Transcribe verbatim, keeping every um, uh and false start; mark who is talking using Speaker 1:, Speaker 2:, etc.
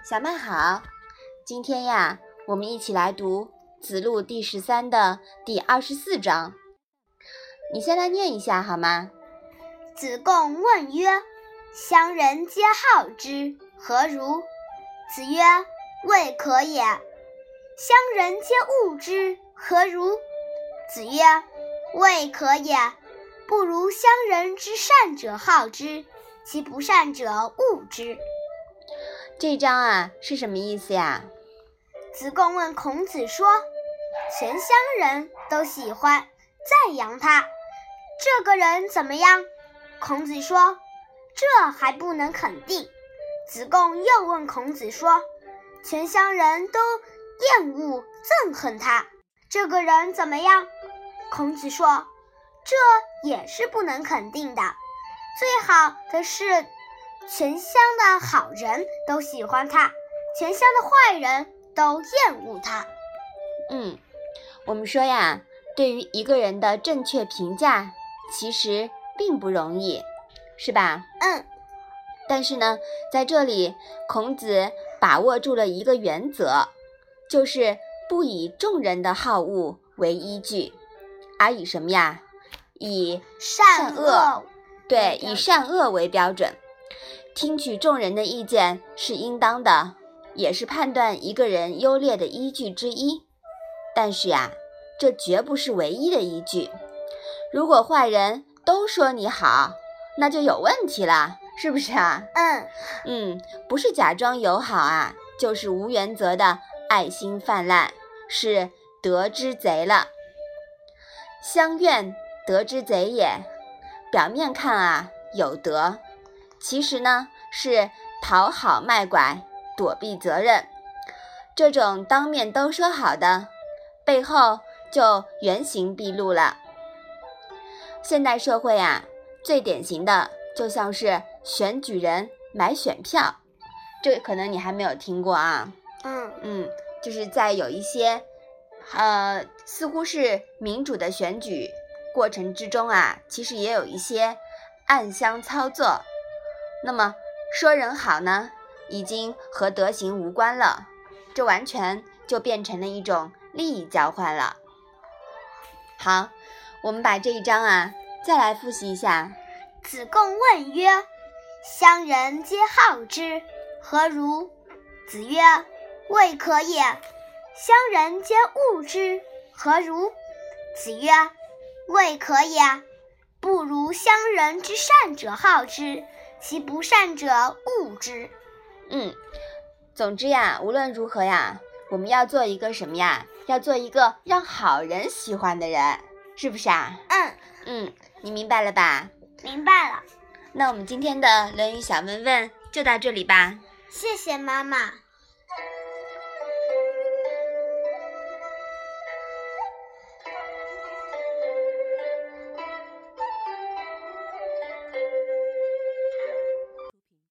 Speaker 1: 小麦好，今天呀，我们一起来读子路第十三的第二十四章。你先来念一下好吗？
Speaker 2: 子贡问曰：乡人皆好之，何如？子曰：未可也。乡人皆恶之，何如？子曰：未可也。不如乡人之善者好之，其不善者恶之。
Speaker 1: 这一章啊是什么意思呀？
Speaker 2: 子贡问孔子说，全乡人都喜欢赞扬他，这个人怎么样？孔子说，这还不能肯定。子贡又问孔子说，全乡人都厌恶憎恨他，这个人怎么样？孔子说，这也是不能肯定的。最好的是全乡的好人都喜欢他，全乡的坏人都厌恶他。
Speaker 1: 嗯，我们说呀，对于一个人的正确评价其实并不容易，是吧？
Speaker 2: 嗯。
Speaker 1: 但是呢，在这里孔子把握住了一个原则，就是不以众人的好恶为依据，而以什么呀？以
Speaker 2: 善恶，
Speaker 1: 对，以善恶为标准。听取众人的意见是应当的，也是判断一个人优劣的依据之一。但是呀，这绝不是唯一的依据。如果坏人都说你好，那就有问题了，是不是啊？
Speaker 2: 嗯
Speaker 1: 嗯，不是假装友好啊，就是无原则的爱心泛滥，是德之贼了。乡怨，德之贼也。表面看啊，有德，其实呢是讨好卖拐，躲避责任。这种当面都说好的，背后就原形毕露了。现代社会啊，最典型的就像是选举人买选票，这可能你还没有听过啊。
Speaker 2: 嗯
Speaker 1: 嗯，就是在有一些呃似乎是民主的选举过程之中啊，其实也有一些暗箱操作。那么说人好呢，已经和德行无关了，这完全就变成了一种利益交换了。好，我们把这一章啊再来复习一下。
Speaker 2: 子贡问曰：乡人皆好之，何如？子曰：未可也。乡人皆恶之，何如？子曰：未可也。不如乡人之善者好之，其不善者恶之。
Speaker 1: 嗯，总之呀，无论如何呀，我们要做一个什么呀？要做一个让好人喜欢的人，是不是啊？
Speaker 2: 嗯
Speaker 1: 嗯，你明白了吧？
Speaker 2: 明白了。
Speaker 1: 那我们今天的《论语小问问》就到这里吧。
Speaker 2: 谢谢妈妈。